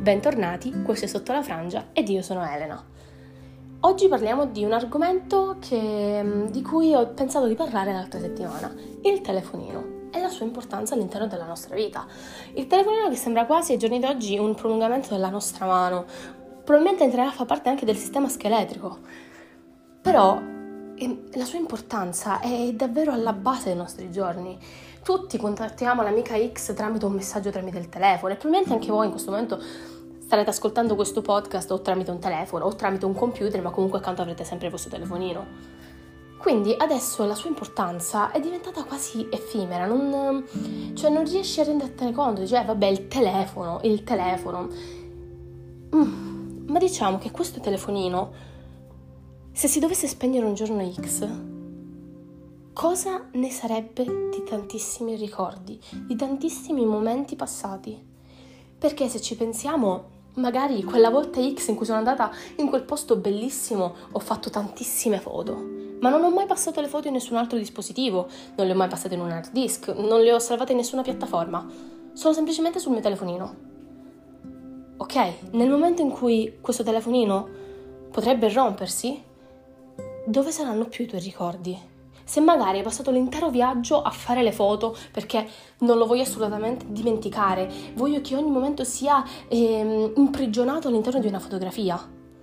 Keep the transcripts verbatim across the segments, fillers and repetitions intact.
Bentornati, questo è Sotto la Frangia ed io sono Elena. Oggi parliamo di un argomento che, di cui ho pensato di parlare l'altra settimana, il telefonino e la sua importanza all'interno della nostra vita. Il telefonino che sembra quasi ai giorni d'oggi un prolungamento della nostra mano, probabilmente entrerà a far parte anche del sistema scheletrico, però la sua importanza è davvero alla base dei nostri giorni. Tutti contattiamo l'amica X tramite un messaggio tramite il telefono e probabilmente anche voi in questo momento starete ascoltando questo podcast o tramite un telefono o tramite un computer, ma comunque accanto avrete sempre il vostro telefonino. Quindi adesso la sua importanza è diventata quasi effimera, non, cioè non riesci a rendertene conto, dici, eh, vabbè, il telefono, il telefono. Mm, ma diciamo che questo telefonino, se si dovesse spegnere un giorno X, cosa ne sarebbe di tantissimi ricordi, di tantissimi momenti passati? Perché se ci pensiamo, magari quella volta X in cui sono andata in quel posto bellissimo ho fatto tantissime foto, ma non ho mai passato le foto in nessun altro dispositivo, non le ho mai passate in un hard disk, non le ho salvate in nessuna piattaforma, sono semplicemente sul mio telefonino. Ok, nel momento in cui questo telefonino potrebbe rompersi, dove saranno più i tuoi ricordi? Se magari hai passato l'intero viaggio a fare le foto perché non lo voglio assolutamente dimenticare, voglio che ogni momento sia ehm, imprigionato all'interno di una fotografia.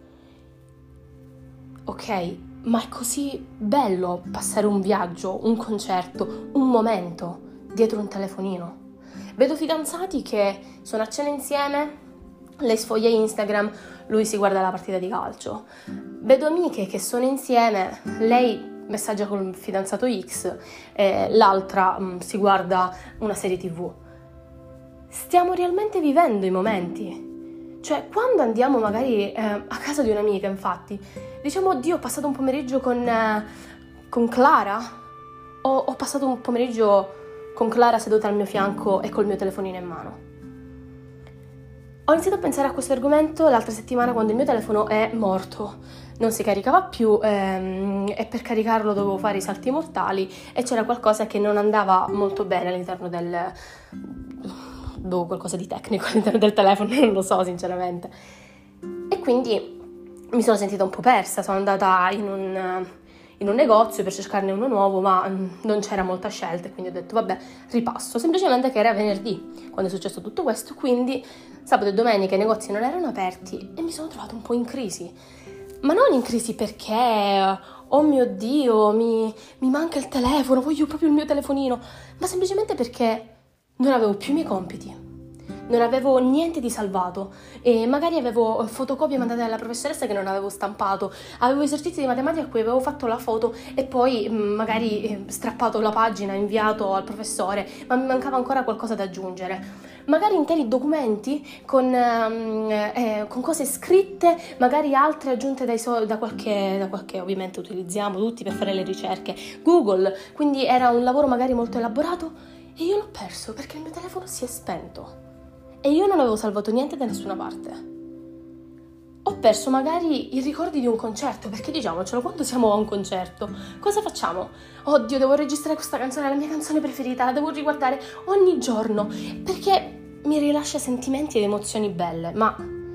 Ok, ma è così bello passare un viaggio, un concerto, un momento dietro un telefonino. Vedo fidanzati che sono a cena insieme, lei sfoglia Instagram, lui si guarda la partita di calcio. Vedo amiche che sono insieme, lei messaggia con il fidanzato X, eh, l'altra mh, si guarda una serie tivù. Stiamo realmente vivendo i momenti. Cioè, quando andiamo magari eh, a casa di un'amica, infatti, diciamo, oddio, ho passato un pomeriggio con, eh, con Clara, o ho passato un pomeriggio con Clara seduta al mio fianco e col mio telefonino in mano. Ho iniziato a pensare a questo argomento l'altra settimana quando il mio telefono è morto. Non si caricava più ehm, e per caricarlo dovevo fare i salti mortali e c'era qualcosa che non andava molto bene all'interno del... boh, qualcosa di tecnico all'interno del telefono, non lo so sinceramente. E quindi mi sono sentita un po' persa, sono andata in un, in un negozio per cercarne uno nuovo, ma non c'era molta scelta e quindi ho detto vabbè, ripasso, semplicemente che era venerdì quando è successo tutto questo, quindi sabato e domenica i negozi non erano aperti e mi sono trovata un po' in crisi. Ma non in crisi perché, oh mio Dio, mi, mi manca il telefono, voglio proprio il mio telefonino, ma semplicemente perché non avevo più i miei compiti, non avevo niente di salvato e magari avevo fotocopie mandate dalla professoressa che non avevo stampato, avevo esercizi di matematica a cui avevo fatto la foto e poi magari strappato la pagina, inviato al professore, ma mi mancava ancora qualcosa da aggiungere. Magari interi documenti con, eh, con cose scritte, magari altre aggiunte dai so- da, qualche, da qualche, ovviamente utilizziamo tutti per fare le ricerche, Google, quindi era un lavoro magari molto elaborato e io l'ho perso perché il mio telefono si è spento e io non avevo salvato niente da nessuna parte. Ho perso magari i ricordi di un concerto, perché diciamocelo, quando siamo a un concerto, cosa facciamo? Oddio, devo registrare questa canzone, è la mia canzone preferita, la devo riguardare ogni giorno, perché mi rilascia sentimenti ed emozioni belle, ma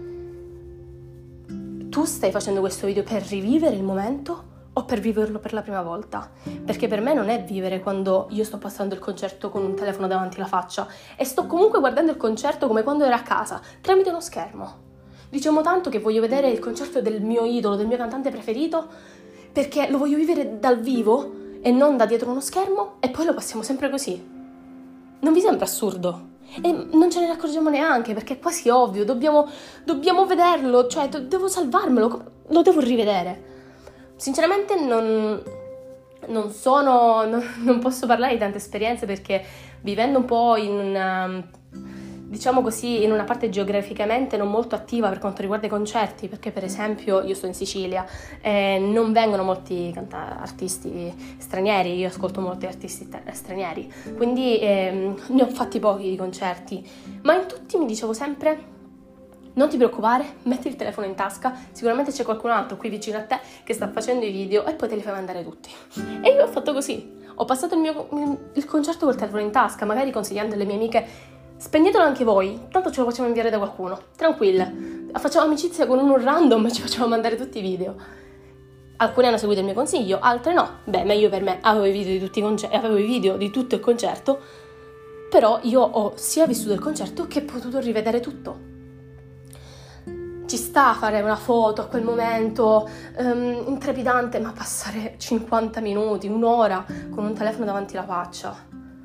tu stai facendo questo video per rivivere il momento o per viverlo per la prima volta? Perché per me non è vivere quando io sto passando il concerto con un telefono davanti alla faccia e sto comunque guardando il concerto come quando ero a casa, tramite uno schermo. Diciamo tanto che voglio vedere il concerto del mio idolo, del mio cantante preferito, perché lo voglio vivere dal vivo e non da dietro uno schermo e poi lo passiamo sempre così. Non vi sembra assurdo? E non ce ne accorgiamo neanche perché è quasi ovvio, dobbiamo, dobbiamo vederlo, cioè do- devo salvarmelo, lo devo rivedere. Sinceramente non, non sono, non, non posso parlare di tante esperienze perché vivendo un po' in una, diciamo così, in una parte geograficamente non molto attiva per quanto riguarda i concerti, perché per esempio io sto in Sicilia e non vengono molti canta- artisti stranieri, io ascolto molti artisti t- stranieri, quindi ehm, ne ho fatti pochi di concerti, ma in tutti mi dicevo sempre: non ti preoccupare, metti il telefono in tasca, sicuramente c'è qualcun altro qui vicino a te che sta facendo i video e poi te li fai mandare tutti. E io ho fatto così, ho passato il mio il concerto col telefono in tasca, magari consigliando alle mie amiche spegnetelo anche voi, tanto ce lo facciamo inviare da qualcuno, tranquille. Facciamo amicizia con uno random e ci facciamo mandare tutti i video. Alcune hanno seguito il mio consiglio, altre no. Beh, meglio per me, avevo i video di tutti i concerti, avevo i video di tutto il concerto, però io ho sia vissuto il concerto che potuto rivedere tutto. Ci sta a fare una foto a quel momento um, intrepidante, ma passare cinquanta minuti, un'ora con un telefono davanti alla faccia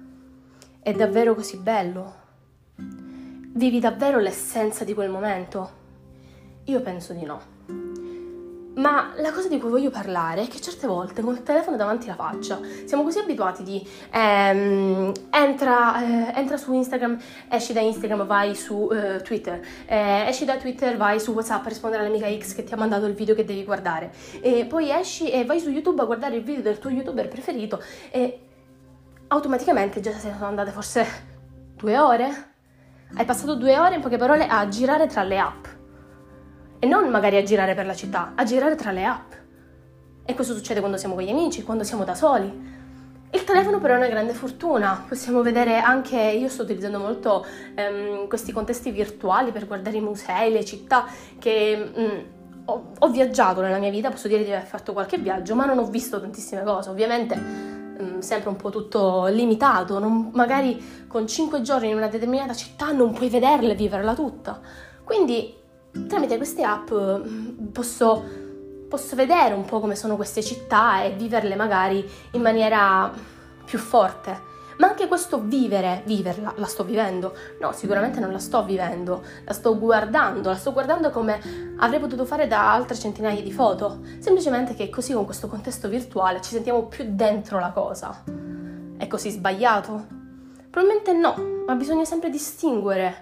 è davvero così bello? Vivi davvero l'essenza di quel momento? Io penso di no. Ma la cosa di cui voglio parlare è che certe volte con il telefono davanti alla faccia siamo così abituati di ehm, entra, eh, entra su Instagram, esci da Instagram, vai su eh, Twitter, eh, esci da Twitter, vai su WhatsApp a rispondere all'amica X che ti ha mandato il video che devi guardare, e poi esci e vai su YouTube a guardare il video del tuo YouTuber preferito e automaticamente già se ne sono andate forse due ore. Hai passato due ore, in poche parole, a girare tra le app. E non magari a girare per la città, a girare tra le app. E questo succede quando siamo con gli amici, quando siamo da soli. Il telefono però è una grande fortuna. Possiamo vedere anche, io sto utilizzando molto ehm, questi contesti virtuali per guardare i musei, le città, che mh, ho, ho viaggiato nella mia vita, posso dire di aver fatto qualche viaggio, ma non ho visto tantissime cose. Ovviamente mh, sempre un po' tutto limitato, non, magari con cinque giorni in una determinata città non puoi vederla e viverla tutta. Quindi tramite queste app posso, posso vedere un po' come sono queste città e viverle magari in maniera più forte. Ma anche questo vivere, viverla, la sto vivendo? No, sicuramente non la sto vivendo, la sto guardando, la sto guardando come avrei potuto fare da altre centinaia di foto. Semplicemente che così con questo contesto virtuale ci sentiamo più dentro la cosa. È così sbagliato? Probabilmente no, ma bisogna sempre distinguere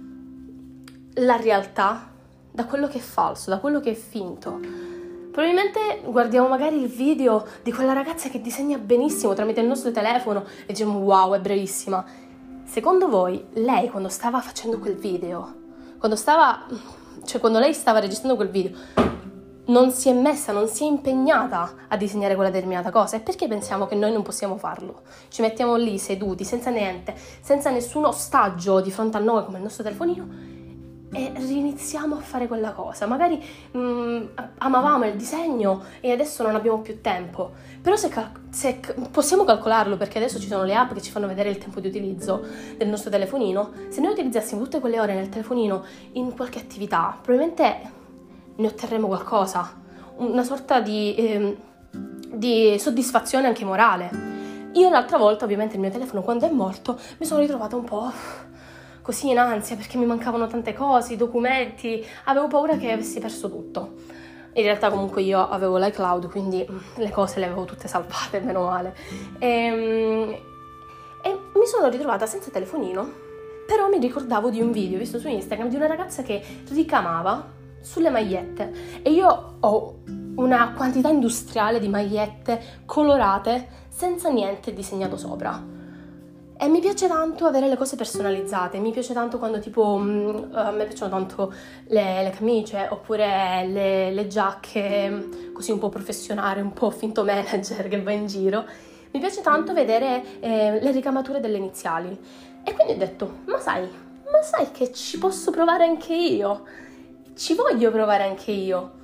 la realtà da quello che è falso, da quello che è finto. Probabilmente guardiamo magari il video di quella ragazza che disegna benissimo tramite il nostro telefono e diciamo wow, è bravissima. Secondo voi, lei quando stava facendo quel video, quando stava, cioè quando lei stava registrando quel video, non si è messa, non si è impegnata a disegnare quella determinata cosa? E perché pensiamo che noi non possiamo farlo? Ci mettiamo lì seduti, senza niente, senza nessun ostaggio di fronte a noi come il nostro telefonino, e riniziamo a fare quella cosa. Magari mh, amavamo il disegno e adesso non abbiamo più tempo, però se, cal- se c- possiamo calcolarlo, perché adesso ci sono le app che ci fanno vedere il tempo di utilizzo del nostro telefonino. Se noi utilizzassimo tutte quelle ore nel telefonino in qualche attività, probabilmente ne otterremo qualcosa, una sorta di, eh, di soddisfazione anche morale. Io l'altra volta, ovviamente, il mio telefono quando è morto mi sono ritrovata un po' così in ansia perché mi mancavano tante cose, i documenti, avevo paura che avessi perso tutto. In realtà comunque io avevo l'iCloud, quindi le cose le avevo tutte salvate, meno male. E, e mi sono ritrovata senza telefonino, però mi ricordavo di un video visto su Instagram di una ragazza che ricamava sulle magliette e io ho una quantità industriale di magliette colorate senza niente disegnato sopra. E mi piace tanto avere le cose personalizzate, mi piace tanto quando tipo, mh, a me piacciono tanto le, le camicie oppure le, le giacche così un po' professionale, un po' finto manager che va in giro. Mi piace tanto vedere eh, le ricamature delle iniziali. E quindi ho detto, ma sai, ma sai che ci posso provare anche io? Ci voglio provare anche io.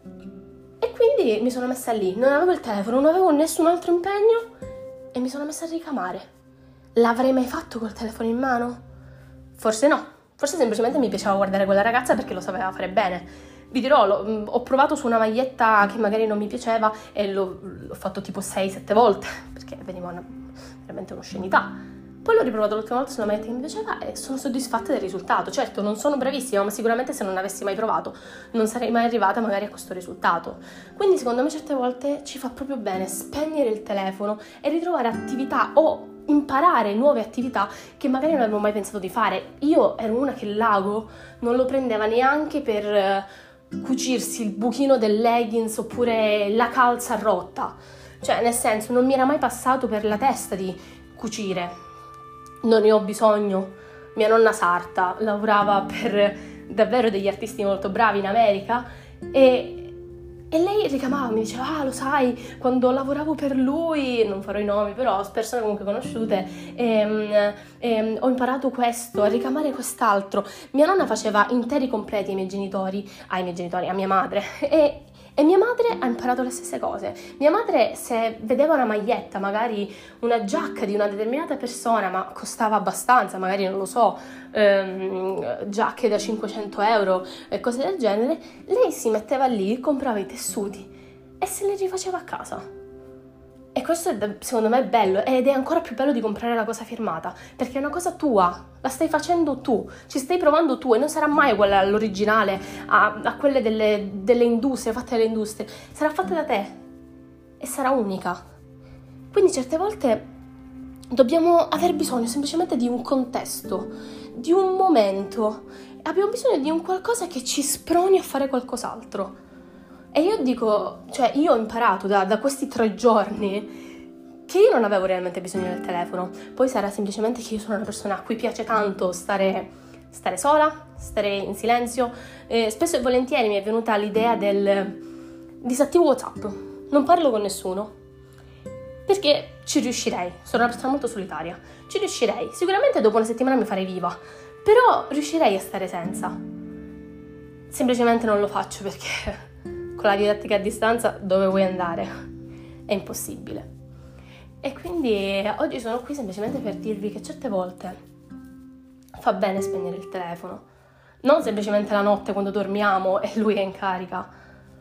E quindi mi sono messa lì, non avevo il telefono, non avevo nessun altro impegno e mi sono messa a ricamare. L'avrei mai fatto col telefono in mano? Forse no, forse semplicemente mi piaceva guardare quella ragazza perché lo sapeva fare bene. Vi dirò, lo, ho provato su una maglietta che magari non mi piaceva e l'ho, l'ho fatto tipo sei sette volte perché veniva una, veramente un'oscenità. Poi l'ho riprovato l'ultima volta su una maglietta che mi piaceva e sono soddisfatta del risultato. Certo, non sono bravissima, ma sicuramente se non avessi mai provato non sarei mai arrivata magari a questo risultato. Quindi secondo me certe volte ci fa proprio bene spegnere il telefono e ritrovare attività o imparare nuove attività che magari non avevo mai pensato di fare. Io ero una che il l'ago non lo prendeva neanche per cucirsi il buchino del leggings oppure la calza rotta. Cioè, nel senso, non mi era mai passato per la testa di cucire. Non ne ho bisogno. Mia nonna sarta lavorava per davvero degli artisti molto bravi in America e E lei ricamava, mi diceva, ah lo sai, quando lavoravo per lui, non farò i nomi però, persone comunque conosciute, ehm, ehm, ho imparato questo, a ricamare quest'altro. Mia nonna faceva interi completi ai miei genitori, ai miei genitori, a mia madre, e, e mia madre ha imparato le stesse cose. Mia madre, se vedeva una maglietta, magari una giacca di una determinata persona, ma costava abbastanza, magari non lo so, ehm, giacche da cinquecento euro e cose del genere, lei si metteva lì, comprava i tessuti e se li rifaceva a casa. E questo è, secondo me, è bello, ed è ancora più bello di comprare la cosa firmata, perché è una cosa tua, la stai facendo tu, ci stai provando tu, e non sarà mai quella all'originale, a, a quelle delle, delle industrie, fatte dalle industrie, sarà fatta da te e sarà unica. Quindi certe volte dobbiamo aver bisogno semplicemente di un contesto, di un momento, abbiamo bisogno di un qualcosa che ci sproni a fare qualcos'altro. E io dico, cioè io ho imparato da, da questi tre giorni che io non avevo realmente bisogno del telefono. Poi sarà semplicemente che io sono una persona a cui piace tanto stare, stare sola, stare in silenzio. Eh, spesso e volentieri mi è venuta l'idea del disattivo WhatsApp, non parlo con nessuno, perché ci riuscirei, sono una persona molto solitaria, ci riuscirei, sicuramente dopo una settimana mi farei viva, però riuscirei a stare senza. Semplicemente non lo faccio perché con la didattica a distanza dove vuoi andare? È impossibile. E quindi oggi sono qui semplicemente per dirvi che certe volte fa bene spegnere il telefono, non semplicemente la notte quando dormiamo e lui è in carica,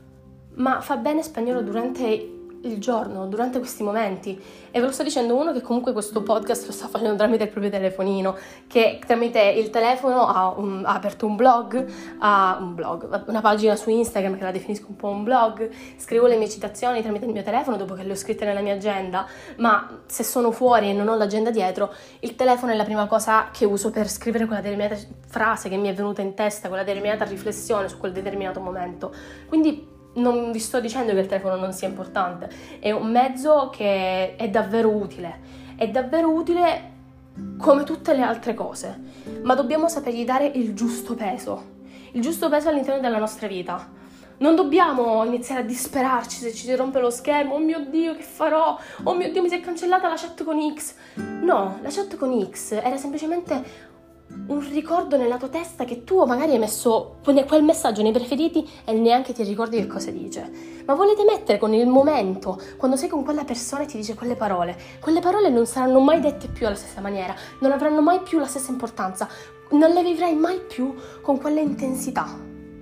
ma fa bene spegnerlo durante il giorno, durante questi momenti. E ve lo sto dicendo uno che comunque questo podcast lo sta facendo tramite il proprio telefonino, che tramite il telefono ha, un, ha aperto un blog, ha un blog, una pagina su Instagram che la definisco un po' un blog, scrivo le mie citazioni tramite il mio telefono dopo che le ho scritte nella mia agenda, ma se sono fuori e non ho l'agenda dietro, il telefono è la prima cosa che uso per scrivere quella determinata frase che mi è venuta in testa, quella determinata riflessione su quel determinato momento. Quindi non vi sto dicendo che il telefono non sia importante, è un mezzo che è davvero utile, è davvero utile come tutte le altre cose, ma dobbiamo sapergli dare il giusto peso, il giusto peso all'interno della nostra vita. Non dobbiamo iniziare a disperarci se ci si rompe lo schermo, oh mio Dio che farò, oh mio Dio mi si è cancellata la chat con X. No, la chat con X era semplicemente un ricordo nella tua testa che tu magari hai messo quel messaggio nei preferiti e neanche ti ricordi che cosa dice, ma volete mettere con il momento, quando sei con quella persona e ti dice quelle parole. Quelle parole non saranno mai dette più alla stessa maniera, non avranno mai più la stessa importanza, non le vivrai mai più con quella intensità.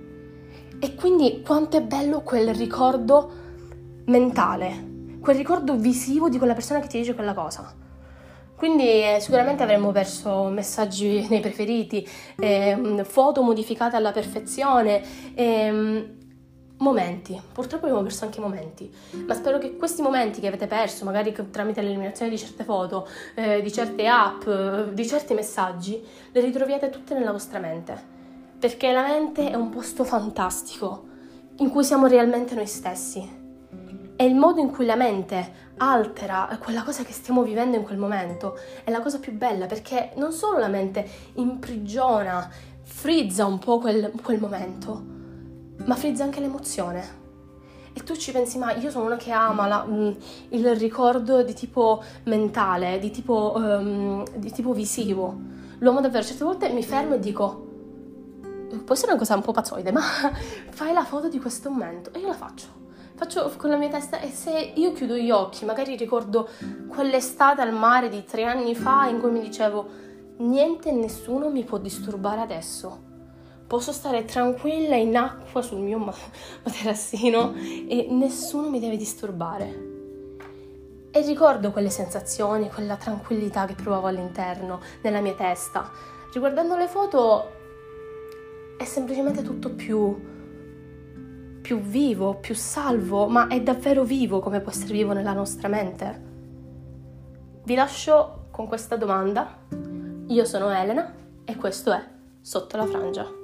E quindi quanto è bello quel ricordo mentale, quel ricordo visivo di quella persona che ti dice quella cosa. Quindi eh, sicuramente avremmo perso messaggi nei preferiti, eh, foto modificate alla perfezione, eh, momenti. Purtroppo abbiamo perso anche momenti, ma spero che questi momenti che avete perso, magari tramite l'eliminazione di certe foto, eh, di certe app, eh, di certi messaggi, le ritroviate tutte nella vostra mente, perché la mente è un posto fantastico in cui siamo realmente noi stessi. E il modo in cui la mente altera quella cosa che stiamo vivendo in quel momento è la cosa più bella, perché non solo la mente imprigiona, frizza un po' quel, quel momento, ma frizza anche l'emozione. E tu ci pensi, ma io sono una che ama la, mh, il ricordo di tipo mentale, di tipo, um, di tipo visivo. Lo amo davvero. Certe volte mi fermo e dico, può essere una cosa un po' pazzoide, ma fai la foto di questo momento, e io la faccio. Faccio con la mia testa, e se io chiudo gli occhi, magari ricordo quell'estate al mare di tre anni fa in cui mi dicevo niente e nessuno mi può disturbare adesso. Posso stare tranquilla in acqua sul mio materassino e nessuno mi deve disturbare. E ricordo quelle sensazioni, quella tranquillità che provavo all'interno, nella mia testa. Riguardando le foto è semplicemente tutto più... più vivo, più salvo, ma è davvero vivo come può essere vivo nella nostra mente? Vi lascio con questa domanda. Io sono Elena e questo è Sotto la Frangia.